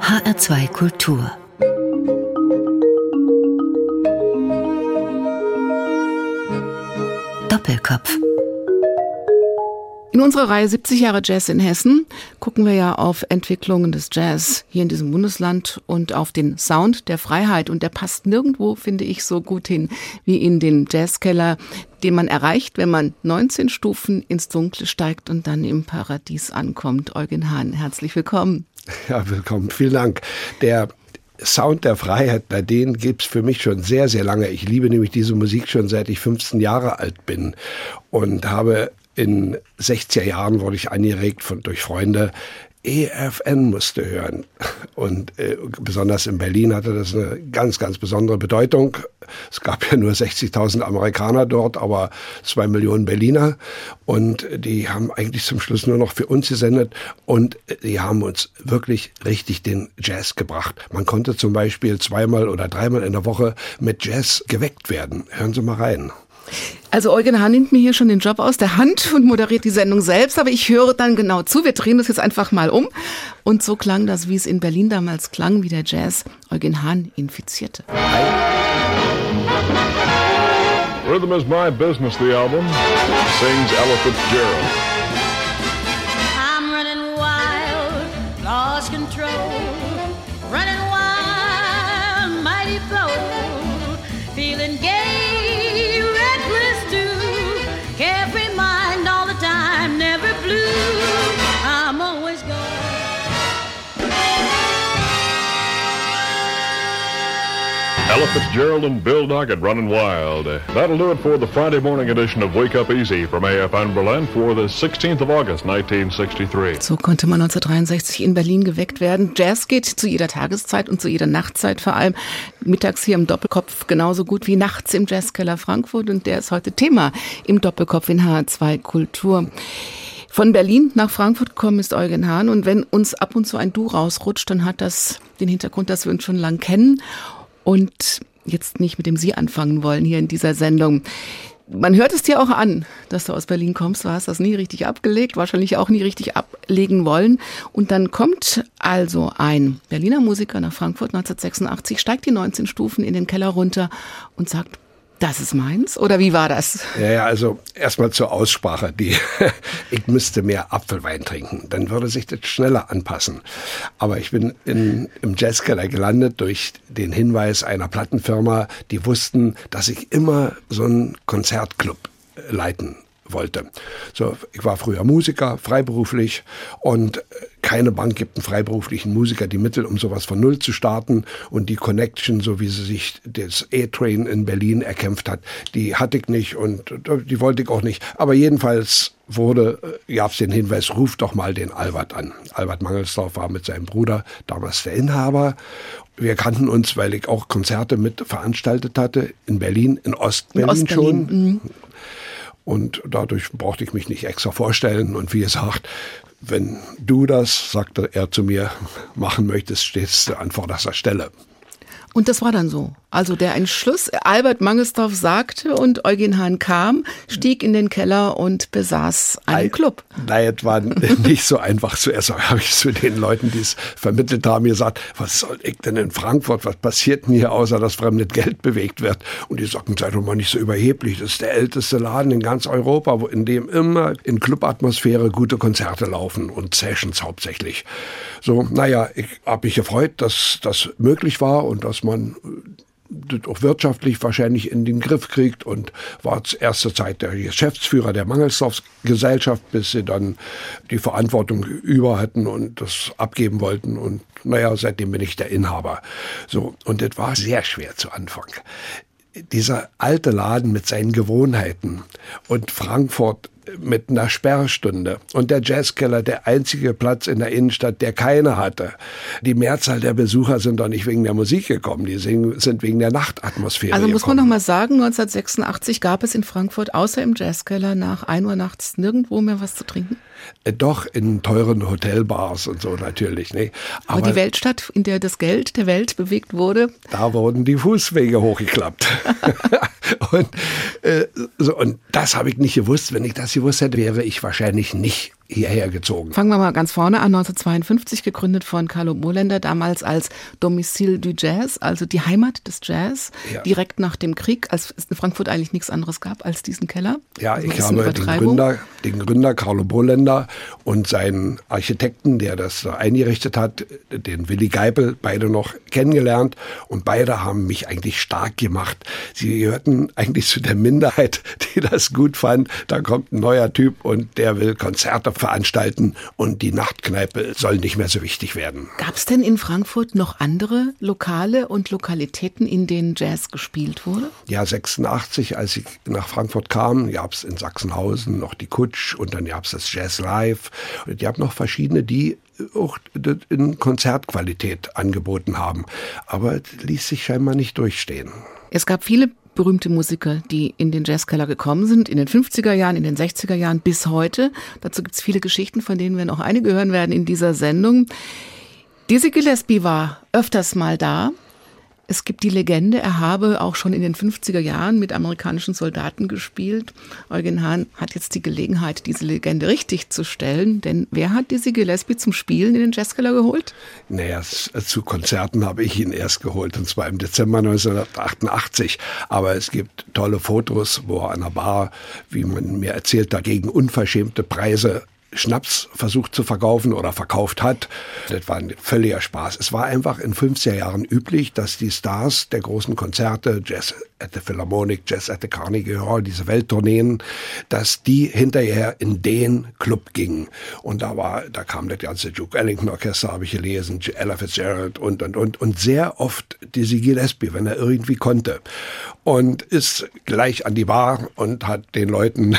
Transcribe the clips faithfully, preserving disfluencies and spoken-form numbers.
H R zwei Kultur. Doppelkopf. In unserer Reihe siebzig Jahre Jazz in Hessen gucken wir ja auf Entwicklungen des Jazz hier in diesem Bundesland und auf den Sound der Freiheit. Und der passt nirgendwo, finde ich, so gut hin wie in den Jazzkeller, den man erreicht, wenn man neunzehn Stufen ins Dunkle steigt und dann im Paradies ankommt. Eugen Hahn, herzlich willkommen. Ja, willkommen. Vielen Dank. Der Sound der Freiheit, bei denen gibt's für mich schon sehr, sehr lange. Ich liebe nämlich diese Musik schon seit ich fünfzehn Jahre alt bin und habe in sechziger Jahren wurde ich angeregt von, durch Freunde, E F N musste hören. Und äh, besonders in Berlin hatte das eine ganz, ganz besondere Bedeutung. Es gab ja nur sechzigtausend Amerikaner dort, aber zwei Millionen Berliner. Und die haben eigentlich zum Schluss nur noch für uns gesendet. Und die haben uns wirklich richtig den Jazz gebracht. Man konnte zum Beispiel zweimal oder dreimal in der Woche mit Jazz geweckt werden. Hören Sie mal rein. Also Eugen Hahn nimmt mir hier schon den Job aus der Hand und moderiert die Sendung selbst, aber ich höre dann genau zu. Wir drehen das jetzt einfach mal um. Und so klang das, wie es in Berlin damals klang, wie der Jazz Eugen Hahn infizierte. Rhythm is my business, the album, sings Ella Fitzgerald. I'm running wild, lost control, running wild, mighty bold, feeling gay. Carefree mind all the time, never blue. I'm always gone. Ella Fitzgerald and Bill Doggett running wild. That'll do it for the Friday morning edition of Wake Up Easy from A F N Berlin for the sixteenth of August nineteen sixty-three. So konnte man neunzehnhundertdreiundsechzig in Berlin geweckt werden. Jazz geht zu jeder Tageszeit und zu jeder Nachtzeit, vor allem mittags hier im Doppelkopf genauso gut wie nachts im Jazzkeller Frankfurt, und der ist heute Thema im Doppelkopf in H R zwei Kultur. Von Berlin nach Frankfurt gekommen ist Eugen Hahn, und wenn uns ab und zu ein Du rausrutscht, dann hat das den Hintergrund, dass wir uns schon lang kennen und jetzt nicht mit dem Sie anfangen wollen hier in dieser Sendung. Man hört es dir auch an, dass du aus Berlin kommst. Du hast das nie richtig abgelegt, wahrscheinlich auch nie richtig ablegen wollen. Und dann kommt also ein Berliner Musiker nach Frankfurt neunzehnhundertsechsundachtzig, steigt die neunzehn Stufen in den Keller runter und sagt, das ist meins? Oder wie war das? Ja, ja, also erstmal zur Aussprache. Die, ich müsste mehr Apfelwein trinken. Dann würde sich das schneller anpassen. Aber ich bin in, im Jazzkeller gelandet durch den Hinweis einer Plattenfirma, die wussten, dass ich immer so einen Konzertclub leiten wollte. So, ich war früher Musiker, freiberuflich, und keine Bank gibt einen freiberuflichen Musiker die Mittel, um sowas von Null zu starten, und die Connection, so wie sie sich das A-Train in Berlin erkämpft hat, die hatte ich nicht und die wollte ich auch nicht. Aber jedenfalls wurde, gab es den Hinweis, ruf doch mal den Albert an. Albert Mangelsdorf war mit seinem Bruder damals der Inhaber. Wir kannten uns, weil ich auch Konzerte mit veranstaltet hatte in Berlin, in Ostberlin, in Ostberlin schon. Mhm. Und dadurch brauchte ich mich nicht extra vorstellen. Und wie gesagt, wenn du das, sagte er zu mir, machen möchtest, stehst du an vorderster Stelle. Und das war dann so. Also der Entschluss, Albert Mangelsdorf sagte und Eugen Hahn kam, stieg in den Keller und besaß einen nein, Club. Nein, es war nicht so einfach. Zuerst habe ich zu den Leuten, die es vermittelt haben, gesagt, was soll ich denn in Frankfurt, was passiert denn hier, außer dass fremdes Geld bewegt wird? Und die sagten, sei doch mal nicht so überheblich, das ist der älteste Laden in ganz Europa, wo in dem immer in Clubatmosphäre gute Konzerte laufen und Sessions hauptsächlich. So, naja, ich habe mich gefreut, dass das möglich war und dass man das auch wirtschaftlich wahrscheinlich in den Griff kriegt, und war zur ersten Zeit der Geschäftsführer der Mangelsdorfs Gesellschaft, bis sie dann die Verantwortung über hatten und das abgeben wollten, und naja, seitdem bin ich der Inhaber. So, und das war sehr schwer zu Anfang. Dieser alte Laden mit seinen Gewohnheiten und Frankfurt mit einer Sperrstunde und der Jazzkeller, der einzige Platz in der Innenstadt, der keine hatte. Die Mehrzahl der Besucher sind doch nicht wegen der Musik gekommen, die sind wegen der Nachtatmosphäre Also muss gekommen. man noch mal sagen, neunzehnhundertsechsundachtzig gab es in Frankfurt außer im Jazzkeller nach ein Uhr nachts nirgendwo mehr was zu trinken? Doch, in teuren Hotelbars und so natürlich. Ne? Aber, Aber die Weltstadt, in der das Geld der Welt bewegt wurde? Da wurden die Fußwege hochgeklappt. und, äh, so, und das habe ich nicht gewusst. Wenn ich das gewusst hätte, wäre ich wahrscheinlich nicht hierher gezogen. Fangen wir mal ganz vorne an, neunzehnhundertzweiundfünfzig, gegründet von Carlo Moländer, damals als Domicile du Jazz, also die Heimat des Jazz, ja. direkt nach dem Krieg, als es in Frankfurt eigentlich nichts anderes gab als diesen Keller. Ja, also ich habe den Gründer, den Gründer Carlo Moländer und seinen Architekten, der das eingerichtet hat, den Willi Geipel, beide noch kennengelernt und beide haben mich eigentlich stark gemacht. Sie gehörten eigentlich zu der Minderheit, die das gut fand. Da kommt ein neuer Typ und der will Konzerte veranstalten und die Nachtkneipe soll nicht mehr so wichtig werden. Gab es denn in Frankfurt noch andere Lokale und Lokalitäten, in denen Jazz gespielt wurde? Ja, sechsundachtzig, als ich nach Frankfurt kam, gab es in Sachsenhausen noch die Kutsch und dann gab es das Jazz Live. Und die haben noch verschiedene, die auch in Konzertqualität angeboten haben. Aber es ließ sich scheinbar nicht durchstehen. Es gab viele berühmte Musiker, die in den Jazzkeller gekommen sind, in den fünfziger Jahren, in den sechziger Jahren bis heute. Dazu gibt es viele Geschichten, von denen wir noch einige hören werden in dieser Sendung. Dizzy Gillespie war öfters mal da. Es gibt die Legende, er habe auch schon in den fünfziger Jahren mit amerikanischen Soldaten gespielt. Eugen Hahn hat jetzt die Gelegenheit, diese Legende richtig zu stellen. Denn wer hat Dizzy Gillespie zum Spielen in den Jazzkeller geholt? Naja, zu Konzerten habe ich ihn erst geholt, und zwar im Dezember neunzehnhundertachtundachtzig. Aber es gibt tolle Fotos, wo er an der Bar, wie man mir erzählt, dagegen unverschämte Preise Schnaps versucht zu verkaufen oder verkauft hat. Das war ein völliger Spaß. Es war einfach in fünfziger Jahren üblich, dass die Stars der großen Konzerte, Jazz at the Philharmonic, Jazz at the Carnegie Hall, diese Welttourneen, dass die hinterher in den Club gingen. Und da war, da kam das ganze Duke Ellington Orchester, habe ich gelesen, Ella Fitzgerald und, und, und. Und sehr oft Dizzy Gillespie, wenn er irgendwie konnte. Und ist gleich an die Bar und hat den Leuten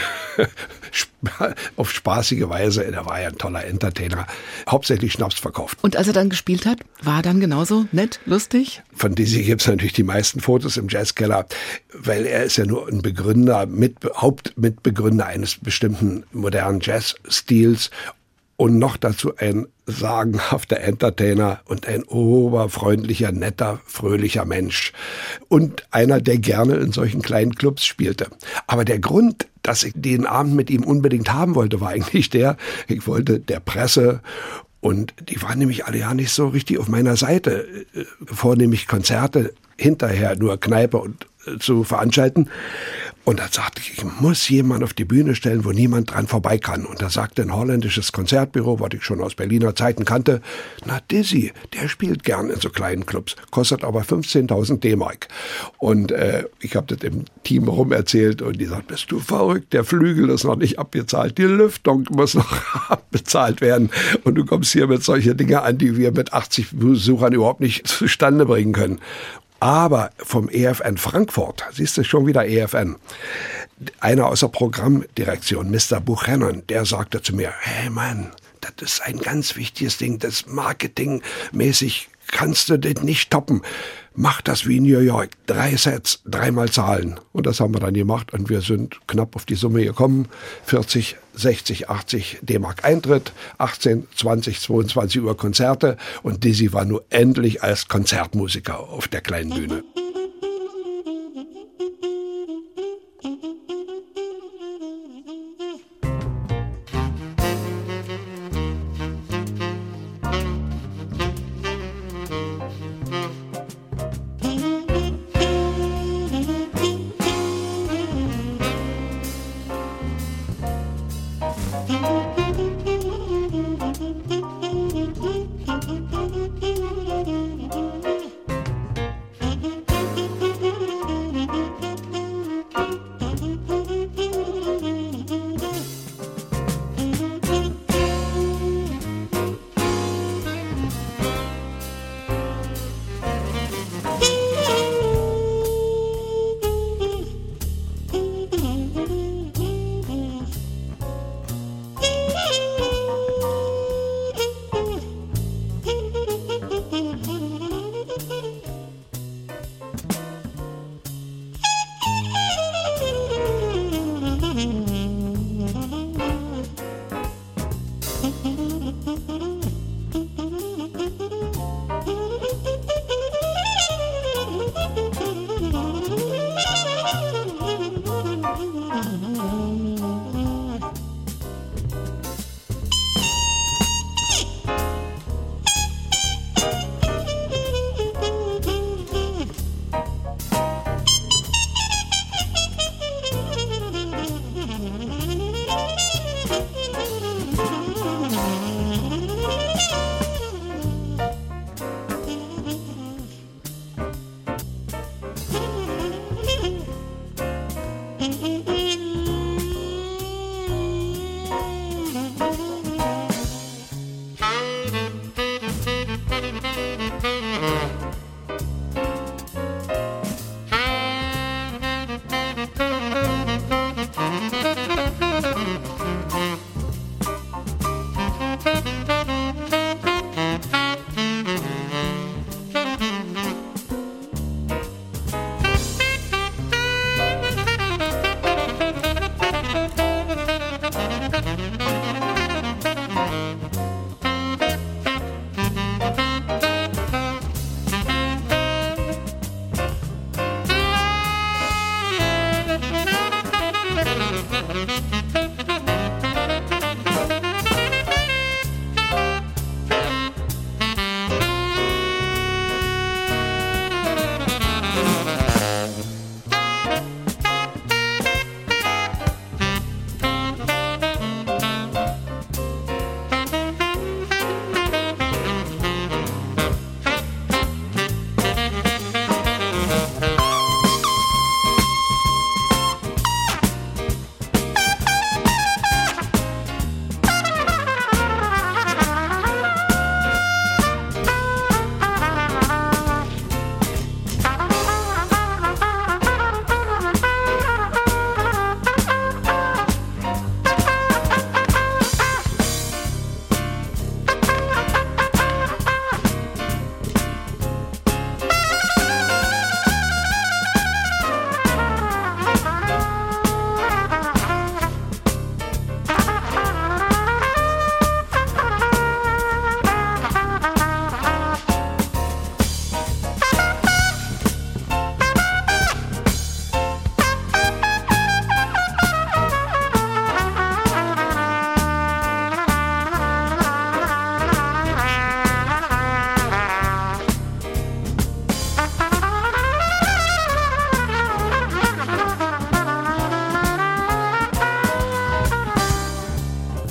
auf spaßige Weise, er war ja ein toller Entertainer, hauptsächlich Schnaps verkauft. Und als er dann gespielt hat, war er dann genauso nett, lustig? Von Dizzy gibt es natürlich die meisten Fotos im Jazzkeller, weil er ist ja nur ein Begründer, mit, Hauptmitbegründer eines bestimmten modernen Jazzstils und noch dazu ein sagenhafter Entertainer und ein oberfreundlicher, netter, fröhlicher Mensch. Und einer, der gerne in solchen kleinen Clubs spielte. Aber der Grund, dass ich den Abend mit ihm unbedingt haben wollte, war eigentlich der, ich wollte der Presse, und die waren nämlich alle ja nicht so richtig auf meiner Seite, vornehmlich Konzerte, hinterher nur Kneipe und zu veranstalten. Und da sagte ich, ich muss jemanden auf die Bühne stellen, wo niemand dran vorbei kann. Und da sagte ein holländisches Konzertbüro, was ich schon aus Berliner Zeiten kannte, na Dizzy, der spielt gern in so kleinen Clubs, kostet aber fünfzehntausend D-Mark. Und äh, ich habe das im Team rum erzählt und die sagt, bist du verrückt, der Flügel ist noch nicht abbezahlt, die Lüftung muss noch abbezahlt werden. Und du kommst hier mit solchen Dingen an, die wir mit achtzig Besuchern überhaupt nicht zustande bringen können. Aber vom E F N Frankfurt, siehst du schon wieder E F N, einer aus der Programmdirektion, Mister Buchanan, der sagte zu mir, hey Mann, das ist ein ganz wichtiges Ding, das marketingmäßig kannst du das nicht toppen. Mach das wie in New York, drei Sets, dreimal zahlen. Und das haben wir dann gemacht und wir sind knapp auf die Summe gekommen. vierzig, sechzig, achtzig D-Mark Eintritt, achtzehn, zwanzig, zweiundzwanzig Uhr Konzerte und Dizzy war nur endlich als Konzertmusiker auf der kleinen Bühne.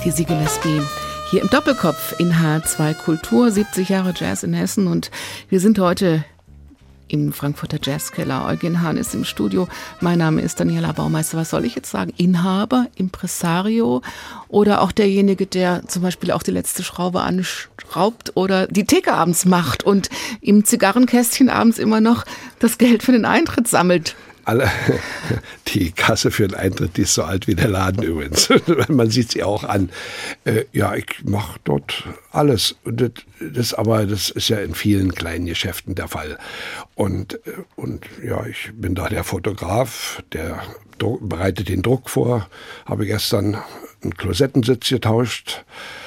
Dizzy Gillespie. Hier im Doppelkopf in H zwei Kultur, siebzig Jahre Jazz in Hessen, und wir sind heute im Frankfurter Jazzkeller. Eugen Hahn ist im Studio. Mein Name ist Daniela Baumeister. Was soll ich jetzt sagen? Inhaber, Impresario oder auch derjenige, der zum Beispiel auch die letzte Schraube anschraubt oder die Theke abends macht und im Zigarrenkästchen abends immer noch das Geld für den Eintritt sammelt? Alle, die Kasse für den Eintritt, die ist so alt wie der Laden übrigens. Man sieht sie auch an. Äh, ja, ich mache dort alles. Und das, das, aber das ist ja in vielen kleinen Geschäften der Fall. Und, und ja, ich bin da der Fotograf, der Druck, bereitet den Druck vor. Habe gestern einen Klosettensitz getauscht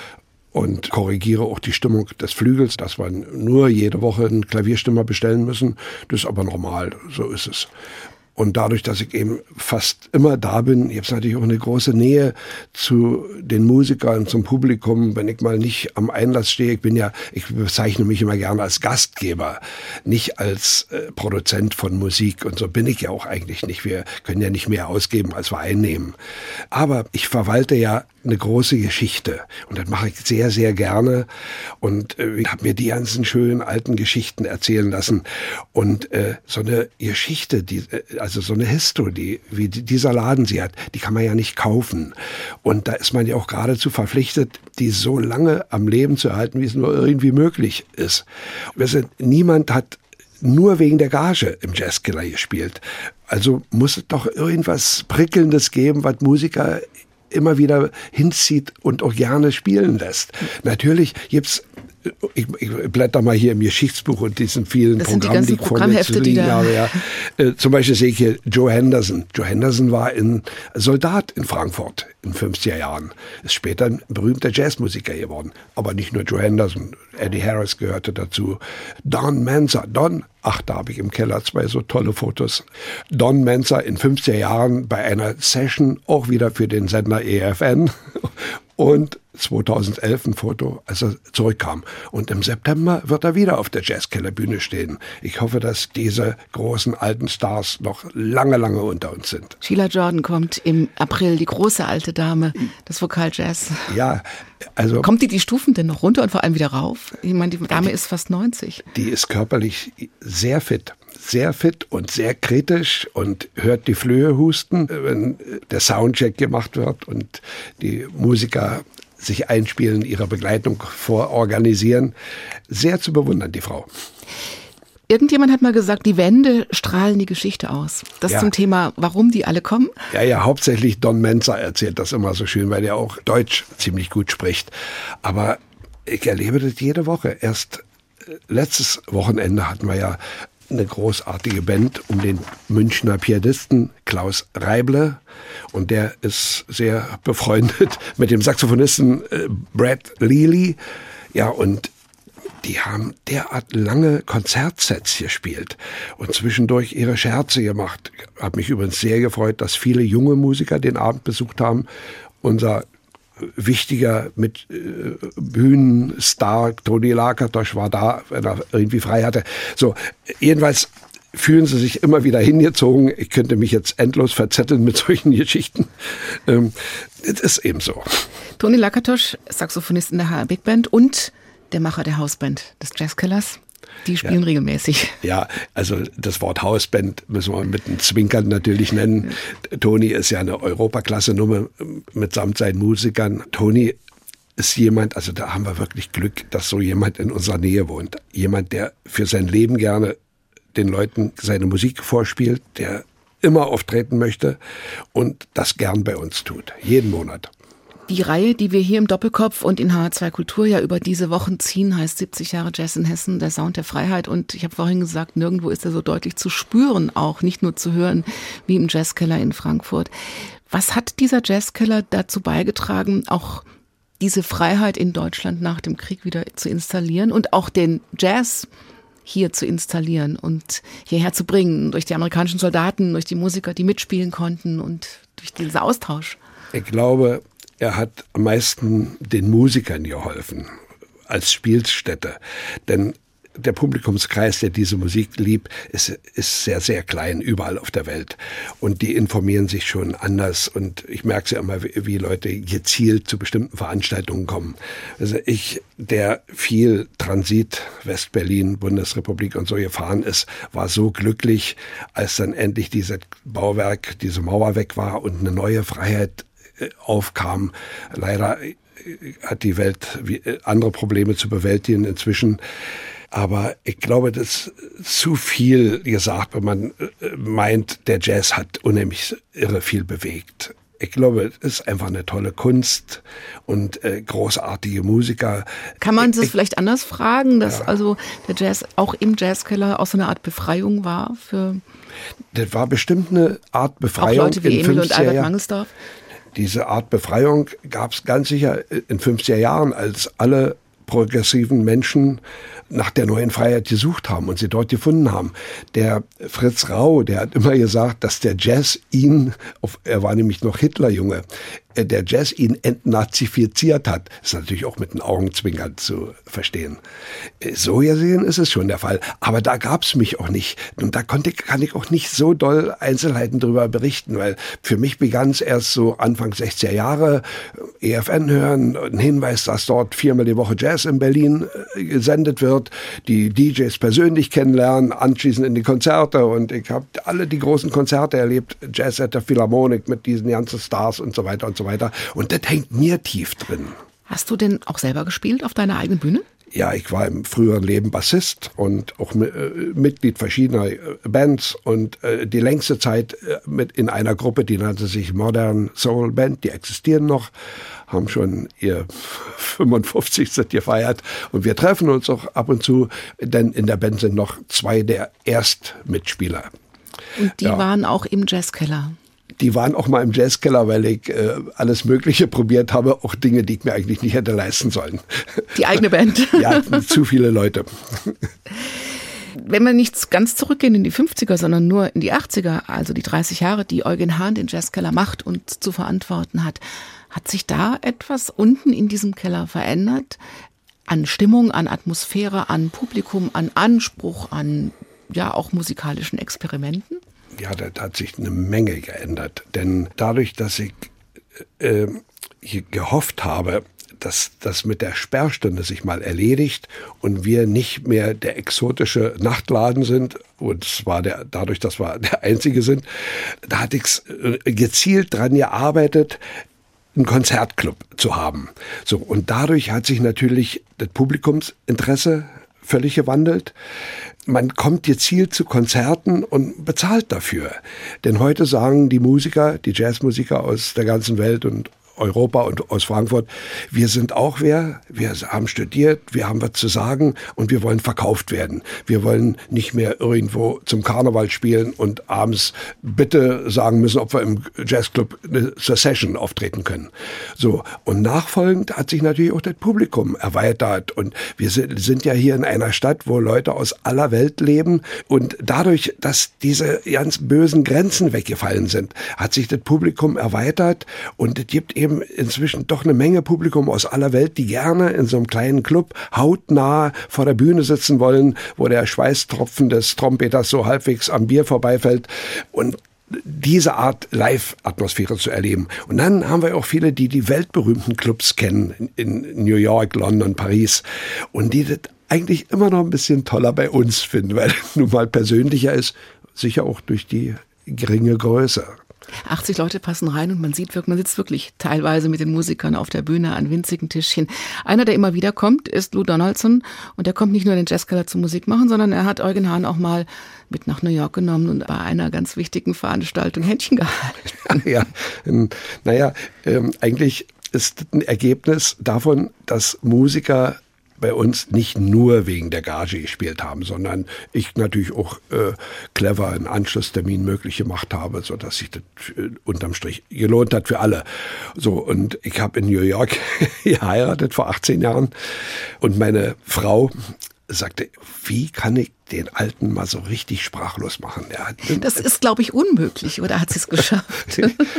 und korrigiere auch die Stimmung des Flügels, dass wir nur jede Woche einen Klavierstimmer bestellen müssen. Das ist aber normal, so ist es. Und dadurch, dass ich eben fast immer da bin, ich habe natürlich auch eine große Nähe zu den Musikern, zum Publikum, wenn ich mal nicht am Einlass stehe. Ich bin ja, ich bezeichne mich immer gerne als Gastgeber, nicht als äh, Produzent von Musik. Und so bin ich ja auch eigentlich nicht. Wir können ja nicht mehr ausgeben, als wir einnehmen. Aber ich verwalte ja eine große Geschichte. Und das mache ich sehr, sehr gerne. Und äh, ich habe mir die ganzen schönen alten Geschichten erzählen lassen. Und äh, so eine Geschichte, die äh, also so eine History, wie dieser Laden sie hat, die kann man ja nicht kaufen. Und da ist man ja auch geradezu verpflichtet, die so lange am Leben zu erhalten, wie es nur irgendwie möglich ist. Weißt du, niemand hat nur wegen der Gage im Jazzkeller gespielt. Also muss es doch irgendwas Prickelndes geben, was Musiker immer wieder hinzieht und auch gerne spielen lässt. Natürlich gibt's Ich, ich blätter mal hier im Geschichtsbuch und diesen vielen das sind Programmen, die, die ich vor mir zu liegen habe. Ja. Äh, zum Beispiel sehe ich hier Joe Henderson. Joe Henderson war ein Soldat in Frankfurt in den fünfziger Jahren. Ist später ein berühmter Jazzmusiker geworden. Aber nicht nur Joe Henderson. Eddie Harris gehörte dazu. Don Mensa. Don, ach, da habe ich im Keller zwei so tolle Fotos. Don Mensa in fünfziger Jahren bei einer Session, auch wieder für den Sender E F N. Und zweitausendelf ein Foto, als er zurückkam. Und im September wird er wieder auf der Jazzkellerbühne stehen. Ich hoffe, dass diese großen alten Stars noch lange, lange unter uns sind. Sheila Jordan kommt im April, die große alte Dame des Vokaljazz. Ja, also... Kommt die die Stufen denn noch runter und vor allem wieder rauf? Ich meine, die Dame ist fast neunzig. Die ist körperlich sehr fit. Sehr fit und sehr kritisch und hört die Flöhe husten, wenn der Soundcheck gemacht wird und die Musiker sich einspielen, ihre Begleitung vororganisieren. Sehr zu bewundern, die Frau. Irgendjemand hat mal gesagt, die Wände strahlen die Geschichte aus. Das ja. Zum Thema, warum die alle kommen? Ja, ja, hauptsächlich Don Mensa erzählt das immer so schön, weil er auch Deutsch ziemlich gut spricht. Aber ich erlebe das jede Woche. Erst letztes Wochenende hatten wir ja eine großartige Band um den Münchner Pianisten Klaus Reible, und der ist sehr befreundet mit dem Saxophonisten äh, Brad Lealy. Ja, und die haben derart lange Konzertsets gespielt und zwischendurch ihre Scherze gemacht. Hat mich übrigens sehr gefreut, dass viele junge Musiker den Abend besucht haben. Unser wichtiger mit äh, Bühnenstar Tony Lakatosch war da, wenn er irgendwie frei hatte. So, jedenfalls fühlen sie sich immer wieder hingezogen. Ich könnte mich jetzt endlos verzetteln mit solchen Geschichten. Ähm, es ist eben so. Tony Lakatosch, Saxophonist in der H R Big Band und der Macher der Hausband des Jazzkellers. Die spielen ja regelmäßig. Ja, also das Wort Hausband müssen wir mit einem Zwinkern natürlich nennen. Tony ist ja eine Europaklasse-Nummer mitsamt seinen Musikern. Tony ist jemand, also da haben wir wirklich Glück, dass so jemand in unserer Nähe wohnt. Jemand, der für sein Leben gerne den Leuten seine Musik vorspielt, der immer auftreten möchte und das gern bei uns tut. Jeden Monat. Die Reihe, die wir hier im Doppelkopf und in H zwei Kultur ja über diese Wochen ziehen, heißt siebzig Jahre Jazz in Hessen, der Sound der Freiheit. Und ich habe vorhin gesagt, nirgendwo ist er so deutlich zu spüren, auch nicht nur zu hören, wie im Jazzkeller in Frankfurt. Was hat dieser Jazzkeller dazu beigetragen, auch diese Freiheit in Deutschland nach dem Krieg wieder zu installieren und auch den Jazz hier zu installieren und hierher zu bringen, durch die amerikanischen Soldaten, durch die Musiker, die mitspielen konnten und durch diesen Austausch? Ich glaube, er hat am meisten den Musikern geholfen als Spielstätte. Denn der Publikumskreis, der diese Musik liebt, ist, ist sehr, sehr klein, überall auf der Welt. Und die informieren sich schon anders. Und ich merke es ja immer, wie, wie Leute gezielt zu bestimmten Veranstaltungen kommen. Also ich, der viel Transit, West-Berlin, Bundesrepublik und so gefahren ist, war so glücklich, als dann endlich dieses Bauwerk, diese Mauer weg war und eine neue Freiheit aufkam. Leider hat die Welt andere Probleme zu bewältigen inzwischen. Aber ich glaube, das ist zu viel gesagt, wenn man meint, der Jazz hat unheimlich irre viel bewegt. Ich glaube, es ist einfach eine tolle Kunst und äh, großartige Musiker. Kann man das ich, vielleicht anders fragen, dass ja. also der Jazz auch im Jazzkeller auch so eine Art Befreiung war für... Das war bestimmt eine Art Befreiung. Auch Leute wie Emil und Albert Mangelsdorf? Diese Art Befreiung gab es ganz sicher in fünfziger Jahren, als alle progressiven Menschen nach der neuen Freiheit gesucht haben und sie dort gefunden haben. Der Fritz Rau, der hat immer gesagt, dass der Jazz ihn, er war nämlich noch Hitlerjunge, der Jazz ihn entnazifiziert hat. Das ist natürlich auch mit den Augenzwinkern zu verstehen. So gesehen ist es schon der Fall. Aber da gab es mich auch nicht. Und da konnte, kann ich auch nicht so doll Einzelheiten drüber berichten, weil für mich begann es erst so Anfang sechziger Jahre, E F N hören, ein Hinweis, dass dort viermal die Woche Jazz in Berlin gesendet wird, die D Js persönlich kennenlernen, anschließend in die Konzerte. Und ich habe alle die großen Konzerte erlebt, Jazz at der Philharmonic mit diesen ganzen Stars und so weiter und so weiter. Und das hängt mir tief drin. Hast du denn auch selber gespielt auf deiner eigenen Bühne? Ja, ich war im früheren Leben Bassist und auch äh, Mitglied verschiedener äh, Bands und äh, die längste Zeit äh, mit in einer Gruppe, die nannte sich Modern Soul Band, die existieren noch, haben schon ihr fünfundfünfzigsten gefeiert und wir treffen uns auch ab und zu, denn in der Band sind noch zwei der Erstmitspieler. Und die ja. waren auch im Jazzkeller? Die waren auch mal im Jazzkeller, weil ich äh, alles Mögliche probiert habe, auch Dinge, die ich mir eigentlich nicht hätte leisten sollen. Die eigene Band? Ja, zu viele Leute. Wenn wir nicht ganz zurückgehen in die fünfziger, sondern nur in die achtziger, also die dreißig Jahre, die Eugen Hahn den Jazzkeller macht und zu verantworten hat, hat sich da etwas unten in diesem Keller verändert? An Stimmung, an Atmosphäre, an Publikum, an Anspruch, an ja auch musikalischen Experimenten? Ja, das hat sich eine Menge geändert. Denn dadurch, dass ich äh, gehofft habe, dass das mit der Sperrstunde sich mal erledigt und wir nicht mehr der exotische Nachtladen sind, und zwar der, dadurch, dass wir der Einzige sind, da hatte ich äh, gezielt dran gearbeitet, einen Konzertclub zu haben. So, und dadurch hat sich natürlich das Publikumsinteresse völlig gewandelt. Man kommt gezielt zu Konzerten und bezahlt dafür. Denn heute sagen die Musiker, die Jazzmusiker aus der ganzen Welt und Europa und aus Frankfurt, wir sind auch wer, wir haben studiert, wir haben was zu sagen und wir wollen verkauft werden. Wir wollen nicht mehr irgendwo zum Karneval spielen und abends bitte sagen müssen, ob wir im Jazzclub eine Session auftreten können. So, und nachfolgend hat sich natürlich auch das Publikum erweitert und wir sind ja hier in einer Stadt, wo Leute aus aller Welt leben und dadurch, dass diese ganz bösen Grenzen weggefallen sind, hat sich das Publikum erweitert und es gibt eben inzwischen doch eine Menge Publikum aus aller Welt, die gerne in so einem kleinen Club hautnah vor der Bühne sitzen wollen, wo der Schweißtropfen des Trompeters so halbwegs am Bier vorbeifällt und diese Art Live-Atmosphäre zu erleben. Und dann haben wir auch viele, die die weltberühmten Clubs kennen, in New York, London, Paris und die das eigentlich immer noch ein bisschen toller bei uns finden, weil es nun mal persönlicher ist, sicher auch durch die geringe Größe. achtzig Leute passen rein und man sieht wirklich, man sitzt wirklich teilweise mit den Musikern auf der Bühne an winzigen Tischchen. Einer, der immer wieder kommt, ist Lou Donaldson und der kommt nicht nur in den Jazzkeller zum Musik machen, sondern er hat Eugen Hahn auch mal mit nach New York genommen und bei einer ganz wichtigen Veranstaltung Händchen gehalten. Ja, naja, ähm, eigentlich ist ein Ergebnis davon, dass Musiker bei uns nicht nur wegen der Gage gespielt haben, sondern ich natürlich auch äh, clever einen Anschlusstermin möglich gemacht habe, sodass sich das äh, unterm Strich gelohnt hat für alle. So, und ich habe in New York geheiratet vor achtzehn Jahren und meine Frau sagte, wie kann ich den Alten mal so richtig sprachlos machen? Der hat, das ist, glaube ich, unmöglich, oder hat sie es geschafft?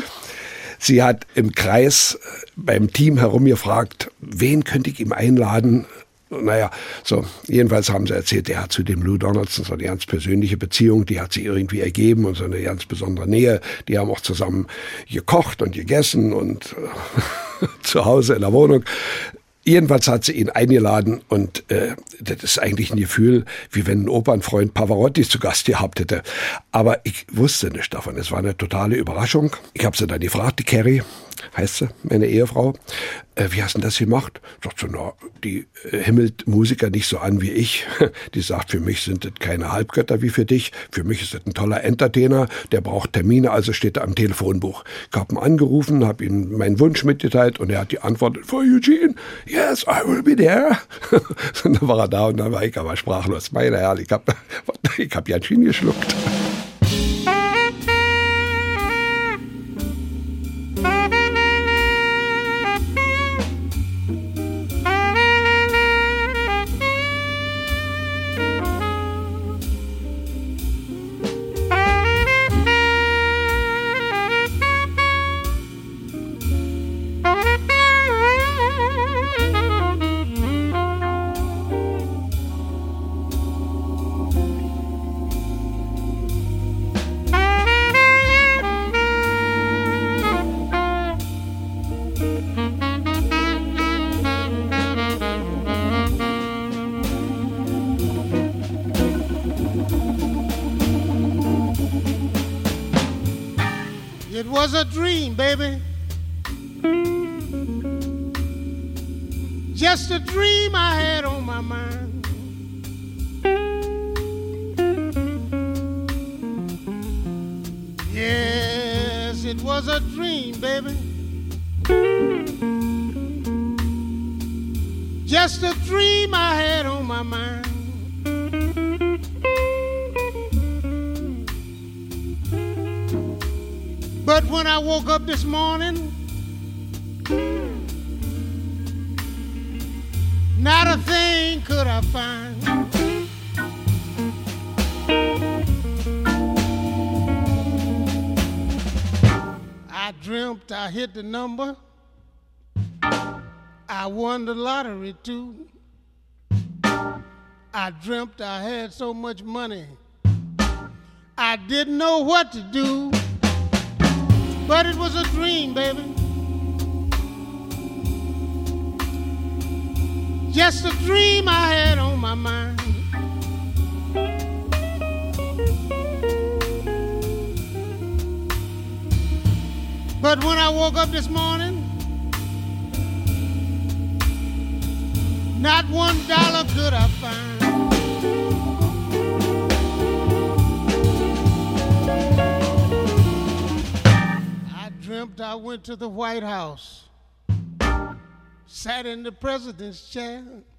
Sie hat im Kreis beim Team herumgefragt, wen könnte ich ihm einladen, Naja, so, jedenfalls haben sie erzählt, der hat zu dem Lou Donaldson so eine ganz persönliche Beziehung, die hat sich irgendwie ergeben und so eine ganz besondere Nähe. Die haben auch zusammen gekocht und gegessen und äh, zu Hause in der Wohnung. Jedenfalls hat sie ihn eingeladen und äh, das ist eigentlich ein Gefühl, wie wenn ein Opernfreund Pavarotti zu Gast gehabt hätte. Aber ich wusste nicht davon. Es war eine totale Überraschung. Ich habe sie dann gefragt, die Carrie, heißt sie, meine Ehefrau, äh, wie hast du das gemacht? Sagt sie, na, die äh, himmelt Musiker nicht so an wie ich. Die sagt, für mich sind das keine Halbgötter wie für dich. Für mich ist das ein toller Entertainer, der braucht Termine, also steht er am Telefonbuch. Ich habe ihn angerufen, habe ihm meinen Wunsch mitgeteilt und er hat die Antwort, for Eugene, yes, I will be there. Und dann war er da und dann war ich aber sprachlos. Meine Herren, ich habe ich hab ganz schön geschluckt. It was a dream, baby. Just a dream I had on my mind. Yes, it was a dream, baby. Just a dream I had on my mind. But when I woke up this morning, not a thing could I find. I dreamt I hit the number. I won the lottery too. I dreamt I had so much money. I didn't know what to do. But it was a dream, baby. Just a dream I had on my mind. But when I woke up this morning, not one dollar could I find. I went to the White House, sat in the president's chair.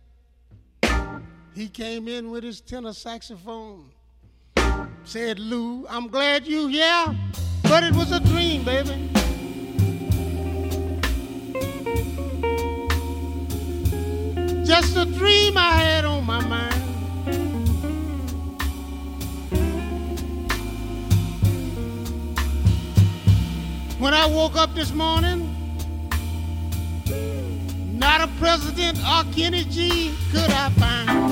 He came in with his tenor saxophone, said, Lou, I'm glad you here, but it was a dream, baby. Just a dream I had on my mind. When I woke up this morning, not a president or Kenny G could I find.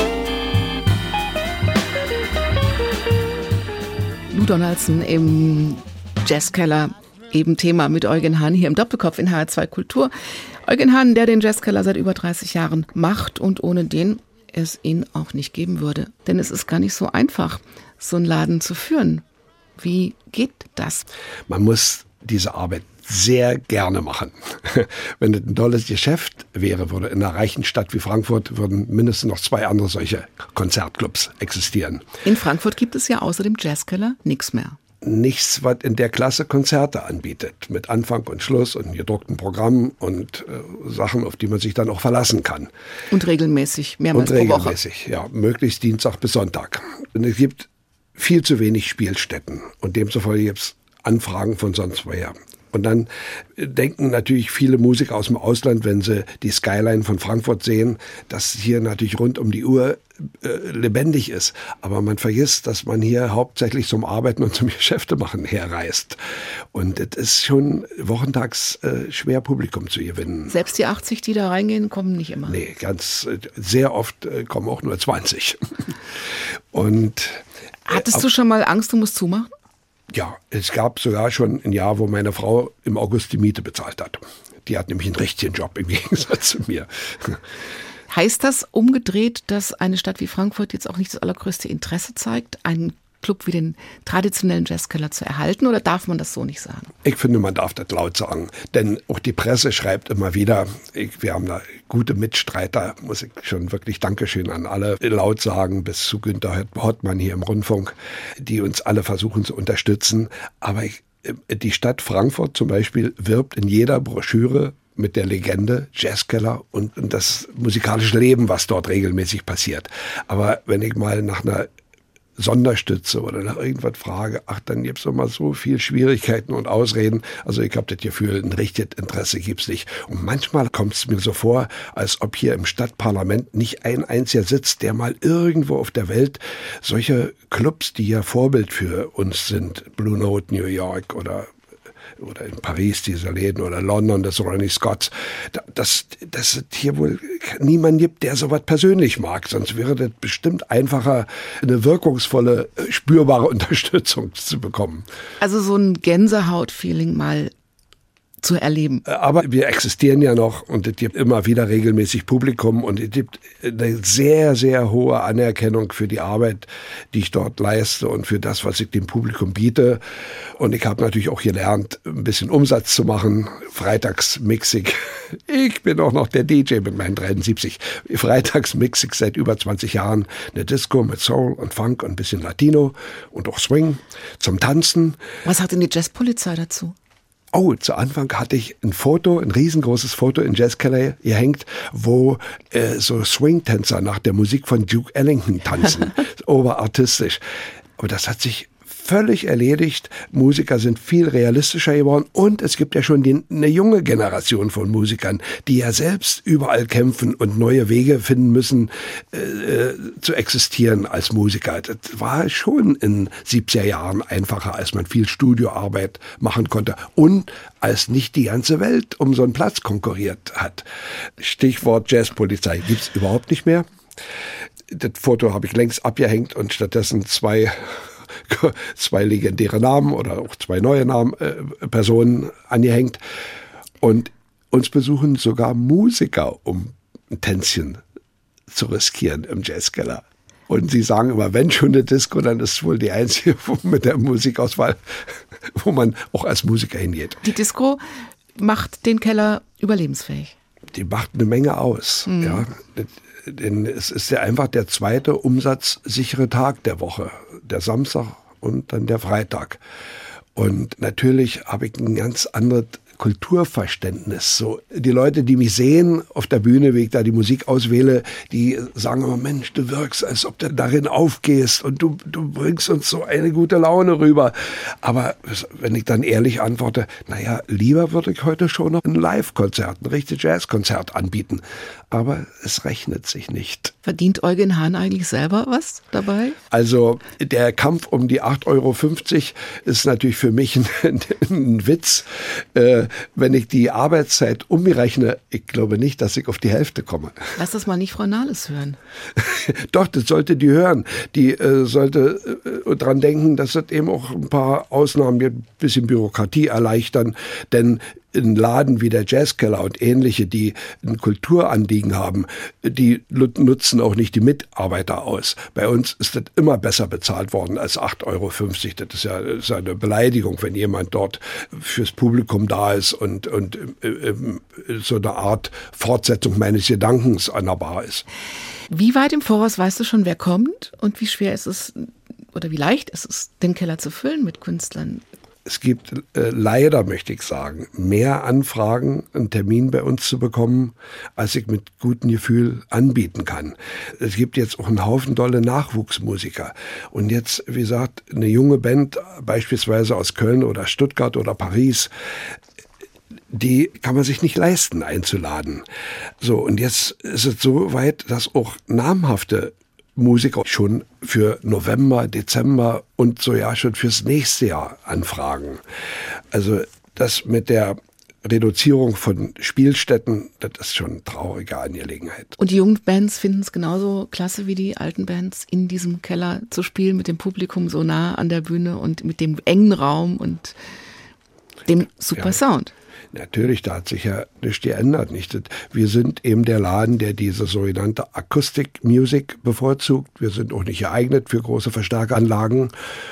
Lou Donaldson im Jazzkeller, eben Thema mit Eugen Hahn hier im Doppelkopf in H R zwei Kultur. Eugen Hahn, der den Jazzkeller seit über dreißig Jahren macht und ohne den es ihn auch nicht geben würde. Denn es ist gar nicht so einfach, so einen Laden zu führen. Wie geht das? Man muss diese Arbeit sehr gerne machen. Wenn es ein tolles Geschäft wäre, würde in einer reichen Stadt wie Frankfurt würden mindestens noch zwei andere solche Konzertclubs existieren. In Frankfurt gibt es ja außer dem Jazzkeller nichts mehr. Nichts, was in der Klasse Konzerte anbietet, mit Anfang und Schluss und gedruckten Programmen und äh, Sachen, auf die man sich dann auch verlassen kann. Und regelmäßig, mehrmals und pro Woche. regelmäßig, ja, möglichst Dienstag bis Sonntag. Und es gibt viel zu wenig Spielstätten und demzufolge gibt es Anfragen von sonst woher. Und dann denken natürlich viele Musiker aus dem Ausland, wenn sie die Skyline von Frankfurt sehen, dass hier natürlich rund um die Uhr äh, lebendig ist. Aber man vergisst, dass man hier hauptsächlich zum Arbeiten und zum Geschäftemachen herreist. Und es ist schon wochentags äh, schwer, Publikum zu gewinnen. Selbst die achtzig, die da reingehen, kommen nicht immer. Nee, ganz äh, sehr oft äh, kommen auch nur zwanzig. Und Hattest äh, du schon mal Angst, du musst zumachen? Ja, es gab sogar schon ein Jahr, wo meine Frau im August die Miete bezahlt hat. Die hat nämlich einen richtigen Job im Gegensatz zu mir. Heißt das umgedreht, dass eine Stadt wie Frankfurt jetzt auch nicht das allergrößte Interesse zeigt, einen Club wie den traditionellen Jazzkeller zu erhalten, oder darf man das so nicht sagen? Ich finde, man darf das laut sagen, denn auch die Presse schreibt immer wieder, ich, wir haben da gute Mitstreiter, muss ich schon wirklich Dankeschön an alle laut sagen, bis zu Günther Hottmann hier im Rundfunk, die uns alle versuchen zu unterstützen, aber ich, die Stadt Frankfurt zum Beispiel wirbt in jeder Broschüre mit der Legende Jazzkeller und das musikalische Leben, was dort regelmäßig passiert. Aber wenn ich mal nach einer Sonderstütze oder nach irgendwas frage, ach, dann gibt's doch mal so viel Schwierigkeiten und Ausreden. Also ich habe das Gefühl, ein richtiges Interesse gibt's nicht. Und manchmal kommt es mir so vor, als ob hier im Stadtparlament nicht ein einziger sitzt, der mal irgendwo auf der Welt solche Clubs, die ja Vorbild für uns sind, Blue Note New York oder oder in Paris diese Läden oder London, das Ronnie Scott's, dass das hier wohl niemand gibt, der sowas persönlich mag. Sonst wäre das bestimmt einfacher, eine wirkungsvolle, spürbare Unterstützung zu bekommen. Also so ein Gänsehaut-Feeling mal zu erleben. Aber wir existieren ja noch und es gibt immer wieder regelmäßig Publikum und es gibt eine sehr, sehr hohe Anerkennung für die Arbeit, die ich dort leiste und für das, was ich dem Publikum biete. Und ich habe natürlich auch gelernt, ein bisschen Umsatz zu machen. Freitags mix ich. Ich bin auch noch der D J mit meinen dreiundsiebzig. Freitags mix ich seit über zwanzig Jahren eine Disco mit Soul und Funk und ein bisschen Latino und auch Swing zum Tanzen. Was hat denn die Jazzpolizei dazu? Oh, zu Anfang hatte ich ein Foto, ein riesengroßes Foto in Jazzkeller gehängt, wo äh, so Swing-Tänzer nach der Musik von Duke Ellington tanzen. Oberartistisch. Aber das hat sich völlig erledigt. Musiker sind viel realistischer geworden und es gibt ja schon die, eine junge Generation von Musikern, die ja selbst überall kämpfen und neue Wege finden müssen, äh, zu existieren als Musiker. Das war schon in siebziger Jahren einfacher, als man viel Studioarbeit machen konnte und als nicht die ganze Welt um so einen Platz konkurriert hat. Stichwort Jazzpolizei gibt's überhaupt nicht mehr. Das Foto habe ich längst abgehängt und stattdessen zwei zwei legendäre Namen oder auch zwei neue Namen, äh, Personen angehängt. Und uns besuchen sogar Musiker, um ein Tänzchen zu riskieren im Jazzkeller. Und sie sagen immer, wenn schon eine Disco, dann ist es wohl die einzige mit der Musikauswahl, wo man auch als Musiker hingeht. Die Disco macht den Keller überlebensfähig. Die macht eine Menge aus. Mhm. Ja. Denn es ist ja einfach der zweite umsatzsichere Tag der Woche. Der Samstag und dann der Freitag. Und natürlich habe ich ein ganz anderes Kulturverständnis. So, die Leute, die mich sehen auf der Bühne, wie ich da die Musik auswähle, die sagen immer, Mensch, du wirkst, als ob du darin aufgehst und du, du bringst uns so eine gute Laune rüber. Aber wenn ich dann ehrlich antworte, naja, lieber würde ich heute schon noch ein Live-Konzert, ein richtiges Jazzkonzert anbieten. Aber es rechnet sich nicht. Verdient Eugen Hahn eigentlich selber was dabei? Also der Kampf um die acht Euro fünfzig ist natürlich für mich ein, ein Witz. Äh, wenn ich die Arbeitszeit umrechne, ich glaube nicht, dass ich auf die Hälfte komme. Lass das mal nicht Frau Nahles hören. Doch, das sollte die hören. Die äh, sollte äh, dran denken, dass es eben auch ein paar Ausnahmen, ein bisschen Bürokratie erleichtern. Denn ein Laden wie der Jazzkeller und ähnliche, die ein Kulturanliegen haben, die nutzen auch nicht die Mitarbeiter aus. Bei uns ist das immer besser bezahlt worden als acht Euro fünfzig. Das ist ja, das ist ja eine Beleidigung, wenn jemand dort fürs Publikum da ist und, und äh, so eine Art Fortsetzung meines Gedankens an der Bar ist. Wie weit im Voraus weißt du schon, wer kommt und wie schwer ist es oder wie leicht ist es, den Keller zu füllen mit Künstlern? Es gibt äh, leider, möchte ich sagen, mehr Anfragen, einen Termin bei uns zu bekommen, als ich mit gutem Gefühl anbieten kann. Es gibt jetzt auch einen Haufen tolle Nachwuchsmusiker. Und jetzt, wie gesagt, eine junge Band, beispielsweise aus Köln oder Stuttgart oder Paris, die kann man sich nicht leisten einzuladen. So, und jetzt ist es so weit, dass auch namhafte Musiker schon für November, Dezember und so ja schon fürs nächste Jahr anfragen. Also das mit der Reduzierung von Spielstätten, das ist schon eine traurige Angelegenheit. Und die jungen Bands finden es genauso klasse wie die alten Bands, in diesem Keller zu spielen, mit dem Publikum so nah an der Bühne und mit dem engen Raum und dem super ja. Sound. Natürlich, da hat sich ja nichts geändert. Nicht? Wir sind eben der Laden, der diese sogenannte Acoustic Music bevorzugt. Wir sind auch nicht geeignet für große Verstärkeranlagen.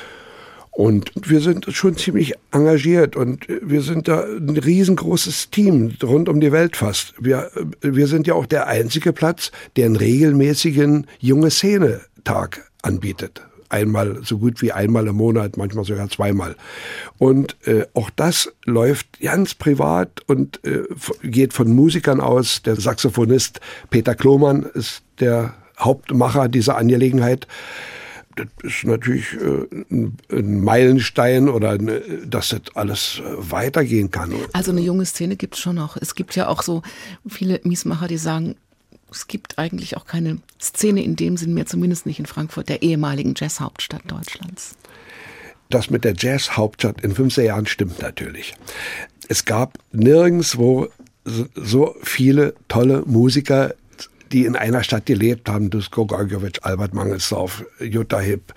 Und wir sind schon ziemlich engagiert und wir sind da ein riesengroßes Team, rund um die Welt fast. Wir, wir sind ja auch der einzige Platz, der einen regelmäßigen junge Szene-Tag anbietet. Einmal, so gut wie einmal im Monat, manchmal sogar zweimal. Und äh, auch das läuft ganz privat und äh, geht von Musikern aus. Der Saxophonist Peter Klomann ist der Hauptmacher dieser Angelegenheit. Das ist natürlich äh, ein, ein Meilenstein oder eine, dass das alles äh, weitergehen kann. Also eine junge Szene gibt es schon noch. Es gibt ja auch so viele Miesmacher, die sagen, es gibt eigentlich auch keine Szene in dem Sinn mehr, zumindest nicht in Frankfurt, der ehemaligen Jazzhauptstadt Deutschlands. Das mit der Jazzhauptstadt in fünfzehn Jahren stimmt natürlich. Es gab nirgendwo so viele tolle Musiker, die in einer Stadt gelebt haben. Dusko Gorgowitsch, Albert Mangelsdorf, Jutta Hipp,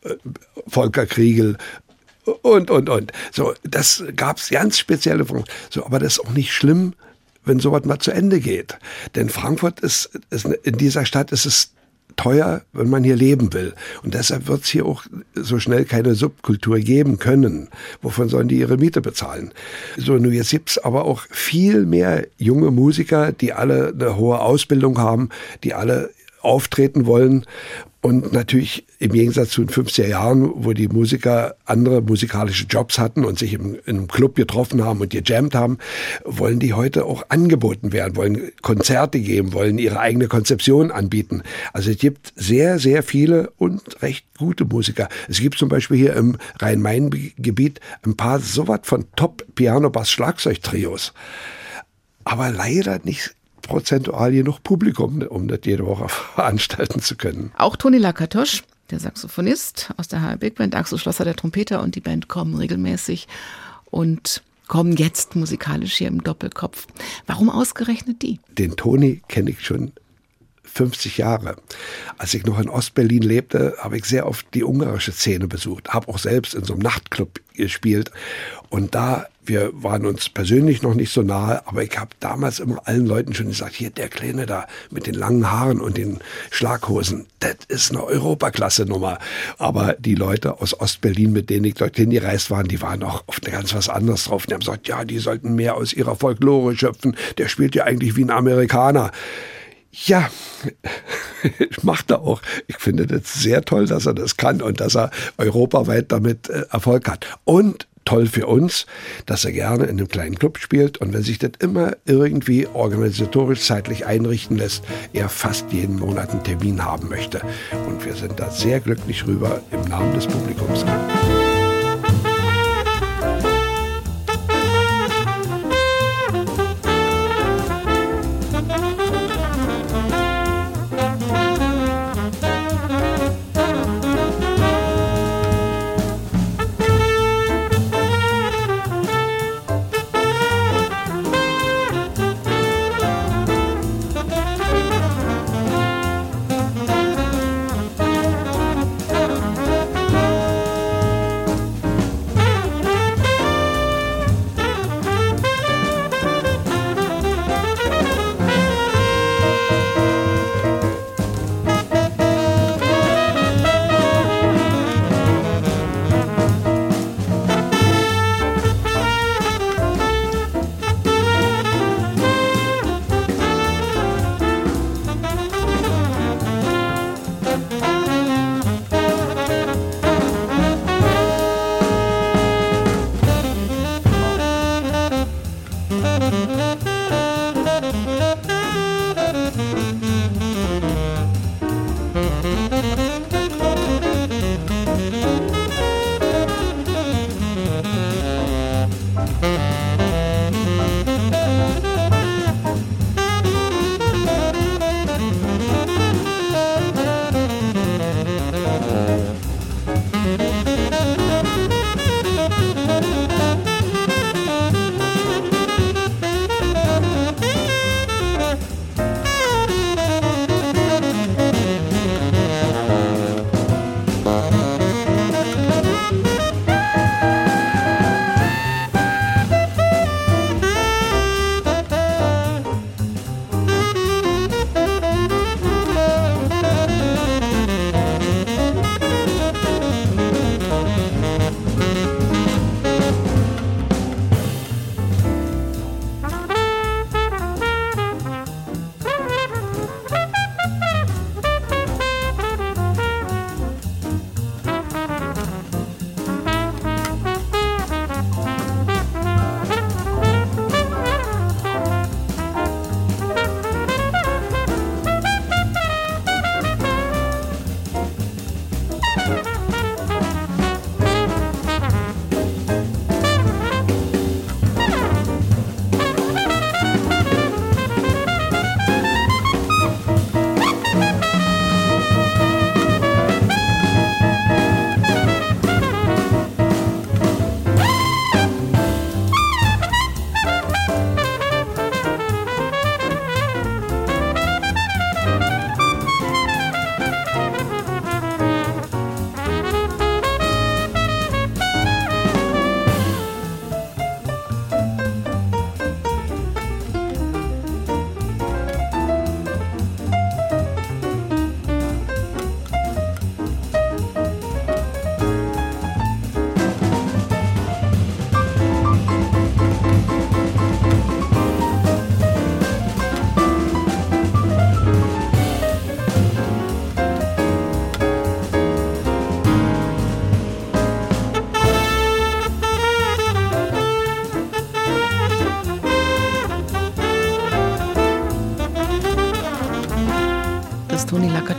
Volker Kriegel und, und, und. So, das gab es ganz spezielle Formen. So, aber das ist auch nicht schlimm, wenn sowas mal zu Ende geht. Denn Frankfurt ist, ist, in dieser Stadt ist es teuer, wenn man hier leben will. Und deshalb wird es hier auch so schnell keine Subkultur geben können. Wovon sollen die ihre Miete bezahlen? So, nun jetzt gibt es aber auch viel mehr junge Musiker, die alle eine hohe Ausbildung haben, die alle auftreten wollen. Und natürlich im Gegensatz zu den fünfziger Jahren, wo die Musiker andere musikalische Jobs hatten und sich im, in einem Club getroffen haben und gejammt haben, wollen die heute auch angeboten werden, wollen Konzerte geben, wollen ihre eigene Konzeption anbieten. Also es gibt sehr, sehr viele und recht gute Musiker. Es gibt zum Beispiel hier im Rhein-Main-Gebiet ein paar sowas von Top-Piano-Bass-Schlagzeug-Trios. Aber leider nicht prozentual genug Publikum, um das jede Woche veranstalten zu können. Auch Toni Lakatosch, der Saxophonist aus der H R Big Band, Axel Schlosser, der Trompeter, und die Band kommen regelmäßig und kommen jetzt musikalisch hier im Doppelkopf. Warum ausgerechnet die? Den Toni kenne ich schon fünfzig Jahre. Als ich noch in Ostberlin lebte, habe ich sehr oft die ungarische Szene besucht, habe auch selbst in so einem Nachtclub gespielt. Und da, wir waren uns persönlich noch nicht so nahe, aber ich habe damals immer allen Leuten schon gesagt, hier der Kleine da mit den langen Haaren und den Schlaghosen, das ist eine Europaklasse-Nummer. Aber die Leute aus Ostberlin, mit denen ich dorthin gereist war, die waren auch auf ganz was anderes drauf. Die haben gesagt, ja, die sollten mehr aus ihrer Folklore schöpfen. Der spielt ja eigentlich wie ein Amerikaner. Ja, macht er auch. Ich finde das sehr toll, dass er das kann und dass er europaweit damit äh, Erfolg hat. Und toll für uns, dass er gerne in einem kleinen Club spielt und wenn sich das immer irgendwie organisatorisch zeitlich einrichten lässt, er fast jeden Monat einen Termin haben möchte. Und wir sind da sehr glücklich rüber im Namen des Publikums.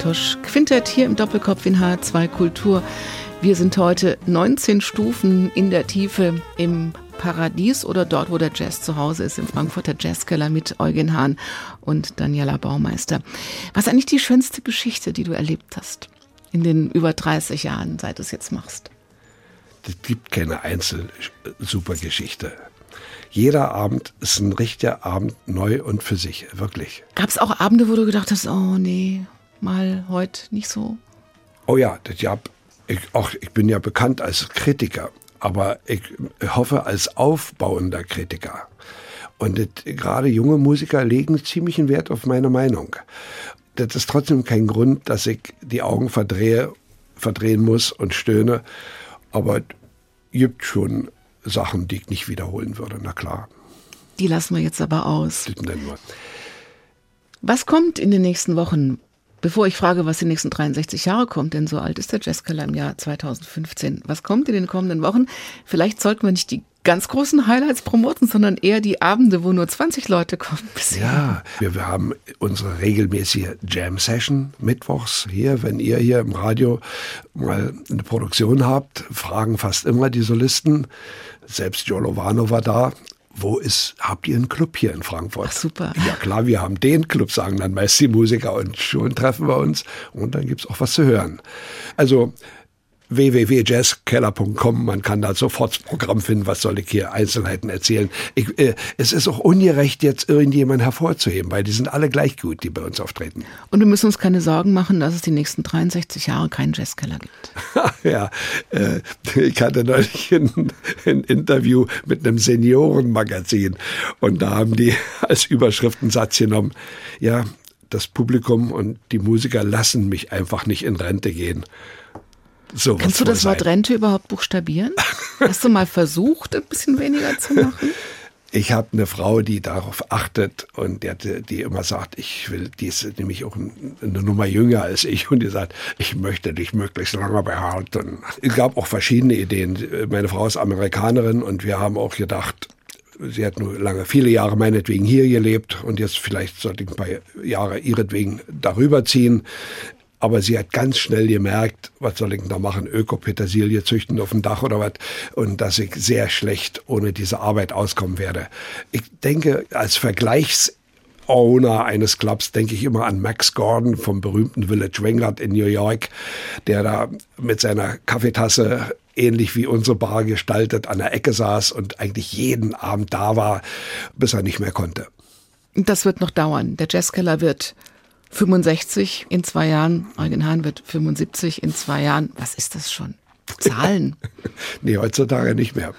Bartosch Quintett hier im Doppelkopf in H R zwei Kultur. Wir sind heute neunzehn Stufen in der Tiefe im Paradies oder dort, wo der Jazz zu Hause ist, im Frankfurter Jazzkeller mit Eugen Hahn und Daniela Baumeister. Was ist eigentlich die schönste Geschichte, die du erlebt hast in den über dreißig Jahren, seit du es jetzt machst? Es gibt keine Einzel-Supergeschichte. Jeder Abend ist ein richtiger Abend, neu und für sich, wirklich. Gab es auch Abende, wo du gedacht hast, oh nee, mal heute nicht so? Oh ja, das ja, ich, auch, ich bin ja bekannt als Kritiker, aber ich hoffe als aufbauender Kritiker. Und das, gerade junge Musiker legen ziemlichen Wert auf meine Meinung. Das ist trotzdem kein Grund, dass ich die Augen verdrehe, verdrehen muss und stöhne, aber es gibt schon Sachen, die ich nicht wiederholen würde, na klar. Die lassen wir jetzt aber aus. Das nennen wir. Was kommt in den nächsten Wochen? Bevor ich frage, was die nächsten dreiundsechzig Jahre kommt, denn so alt ist der Jazzkeller im Jahr zweitausendfünfzehn. Was kommt in den kommenden Wochen? Vielleicht sollten wir nicht die ganz großen Highlights promoten, sondern eher die Abende, wo nur zwanzig Leute kommen. Ja, wir, wir haben unsere regelmäßige Jam-Session mittwochs hier. Wenn ihr hier im Radio mal eine Produktion habt, fragen fast immer die Solisten, selbst Joe Lovano war da, wo ist, habt ihr einen Club hier in Frankfurt? Ach, super. Ja klar, wir haben den Club, sagen dann meist die Musiker, und schon treffen wir uns und dann gibt's auch was zu hören. Also w w w punkt jazzkeller punkt com, man kann da sofort das Programm finden, was soll ich hier Einzelheiten erzählen. Ich, äh, es ist auch ungerecht, jetzt irgendjemanden hervorzuheben, weil die sind alle gleich gut, die bei uns auftreten. Und wir müssen uns keine Sorgen machen, dass es die nächsten dreiundsechzig Jahre keinen Jazzkeller gibt. Ja, äh, ich hatte neulich ein, ein Interview mit einem Seniorenmagazin und da haben die als Überschrift einen Satz genommen, ja, das Publikum und die Musiker lassen mich einfach nicht in Rente gehen. So, kannst du das Wort sein. Rente überhaupt buchstabieren? Hast du mal versucht, ein bisschen weniger zu machen? Ich habe eine Frau, die darauf achtet und die, die immer sagt, ich will, die ist nämlich auch eine Nummer jünger als ich und die sagt, ich möchte dich möglichst lange behalten. Es gab auch verschiedene Ideen. Meine Frau ist Amerikanerin und wir haben auch gedacht, sie hat nur lange, viele Jahre meinetwegen hier gelebt und jetzt vielleicht sollte ich ein paar Jahre ihretwegen darüber ziehen. Aber sie hat ganz schnell gemerkt, was soll ich denn da machen, Öko-Petersilie züchten auf dem Dach oder was, und dass ich sehr schlecht ohne diese Arbeit auskommen werde. Ich denke, als Vergleichsowner eines Clubs denke ich immer an Max Gordon vom berühmten Village Vanguard in New York, der da mit seiner Kaffeetasse ähnlich wie unsere Bar gestaltet an der Ecke saß und eigentlich jeden Abend da war, bis er nicht mehr konnte. Das wird noch dauern. Der Jazzkeller wird fünfundsechzig in zwei Jahren, Eugen Hahn wird fünfundsiebzig in zwei Jahren. Was ist das schon? Zahlen? Nee, heutzutage nicht mehr.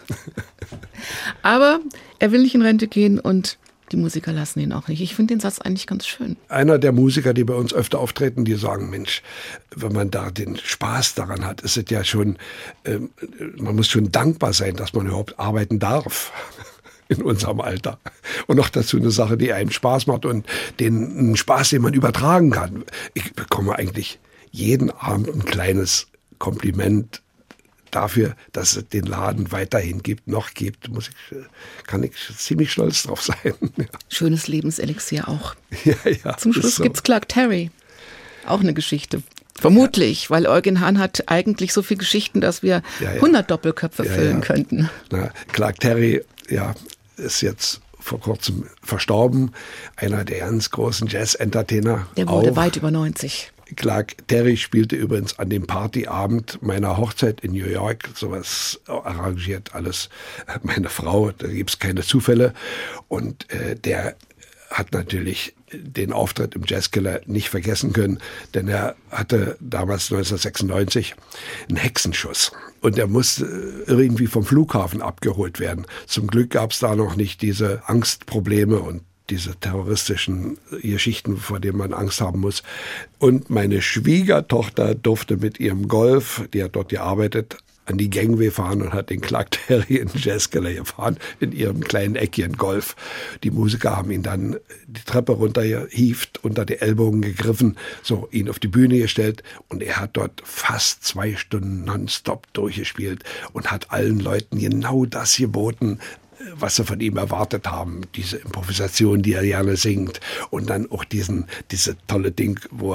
Aber er will nicht in Rente gehen und die Musiker lassen ihn auch nicht. Ich finde den Satz eigentlich ganz schön. Einer der Musiker, die bei uns öfter auftreten, die sagen, Mensch, wenn man da den Spaß daran hat, ist es ja schon, äh, man muss schon dankbar sein, dass man überhaupt arbeiten darf. In unserem Alter. Und noch dazu eine Sache, die einem Spaß macht und den einen Spaß, den man übertragen kann. Ich bekomme eigentlich jeden Abend ein kleines Kompliment dafür, dass es den Laden weiterhin gibt, noch gibt. Muss ich, kann ich ziemlich stolz drauf sein. Ja. Schönes Lebenselixier auch. Ja, ja, zum Schluss so. Gibt's Clark Terry. Auch eine Geschichte. Vermutlich, ja. Weil Eugen Hahn hat eigentlich so viele Geschichten, dass wir ja, ja. hundert Doppelköpfe ja, füllen ja. könnten. Na, Clark Terry, ja, ist jetzt vor kurzem verstorben. Einer der ganz großen Jazz-Entertainer. Der wurde auch. weit über neunzig. Clark Terry spielte übrigens an dem Partyabend meiner Hochzeit in New York. Sowas arrangiert alles meine Frau. Da gibt es keine Zufälle. Und äh, der hat natürlich den Auftritt im Jazzkeller nicht vergessen können, denn er hatte damals neunzehnhundertsechsundneunzig einen Hexenschuss und er musste irgendwie vom Flughafen abgeholt werden. Zum Glück gab es da noch nicht diese Angstprobleme und diese terroristischen Geschichten, vor denen man Angst haben muss. Und meine Schwiegertochter durfte mit ihrem Golf, die hat dort gearbeitet, an die Gangway fahren und hat den Clark Terry in den Jazzkeller gefahren, in ihrem kleinen Eckchen Golf. Die Musiker haben ihn dann die Treppe runtergehievt, unter die Ellbogen gegriffen, so ihn auf die Bühne gestellt und er hat dort fast zwei Stunden nonstop durchgespielt und hat allen Leuten genau das geboten, was sie von ihm erwartet haben, diese Improvisation, die er gerne singt und dann auch diesen, diese tolle Ding, wo er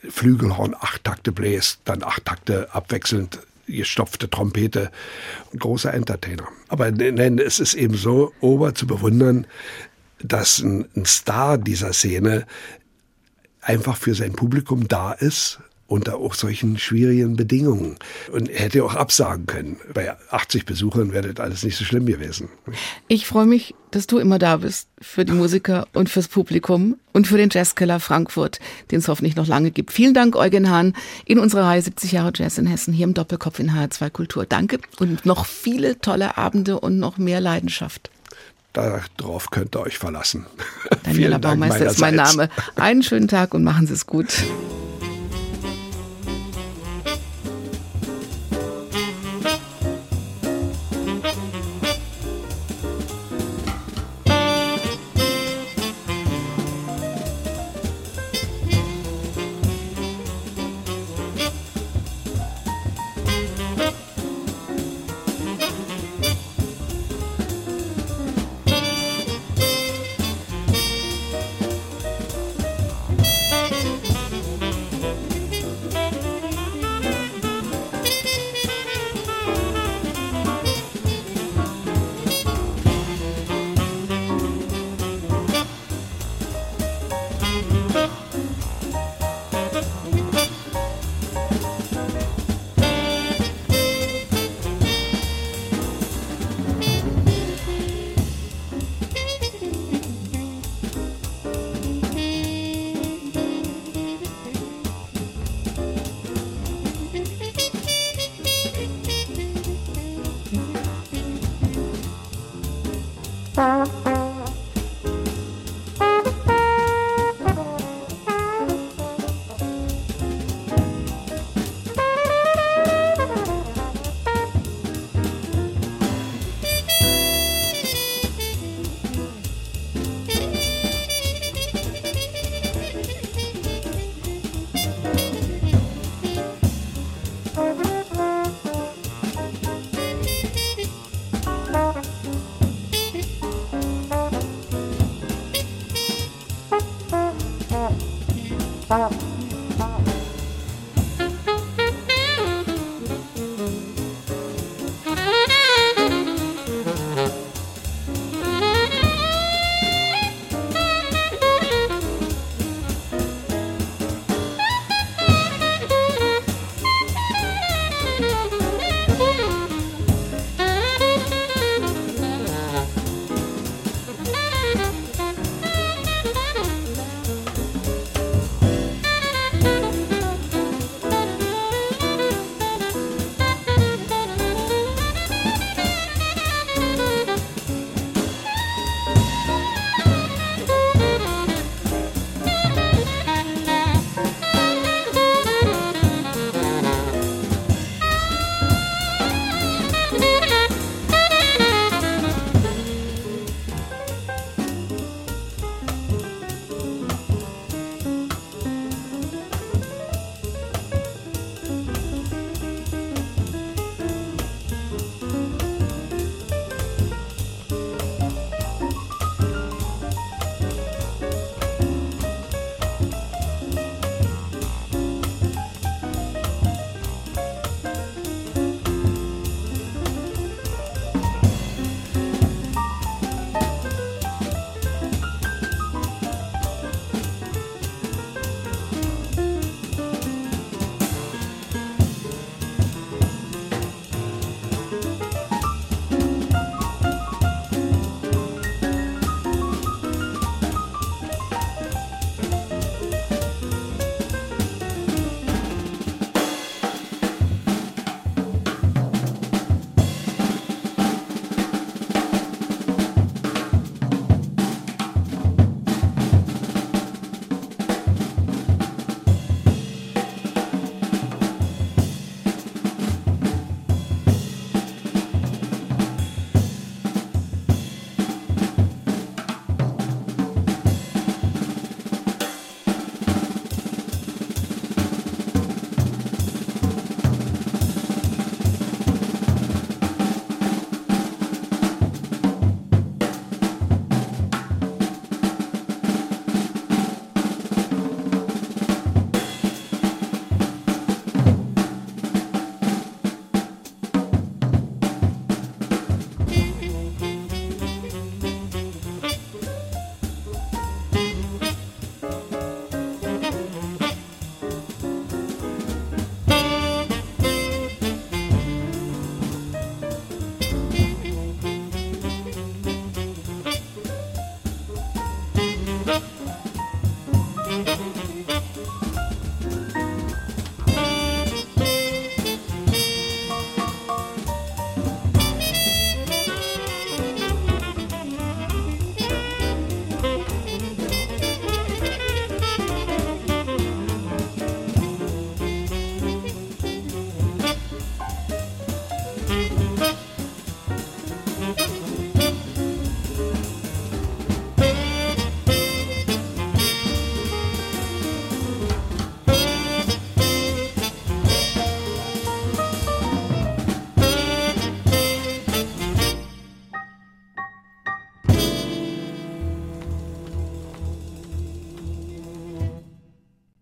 Flügelhorn acht Takte bläst, dann acht Takte abwechselnd gestopfte Trompete, ein großer Entertainer. Aber nein, es ist eben so ober zu bewundern, dass ein, ein Star dieser Szene einfach für sein Publikum da ist, unter auch solchen schwierigen Bedingungen. Und er hätte auch absagen können. Bei achtzig Besuchern wäre das alles nicht so schlimm gewesen. Ich freue mich, dass du immer da bist für die Musiker und fürs Publikum und für den Jazzkeller Frankfurt, den es hoffentlich noch lange gibt. Vielen Dank, Eugen Hahn, in unserer Reihe siebzig Jahre Jazz in Hessen, hier im Doppelkopf in H R zwei Kultur. Danke und noch viele tolle Abende und noch mehr Leidenschaft. Darauf könnt ihr euch verlassen. Daniela Baumeister ist mein Name. Einen schönen Tag und machen Sie es gut.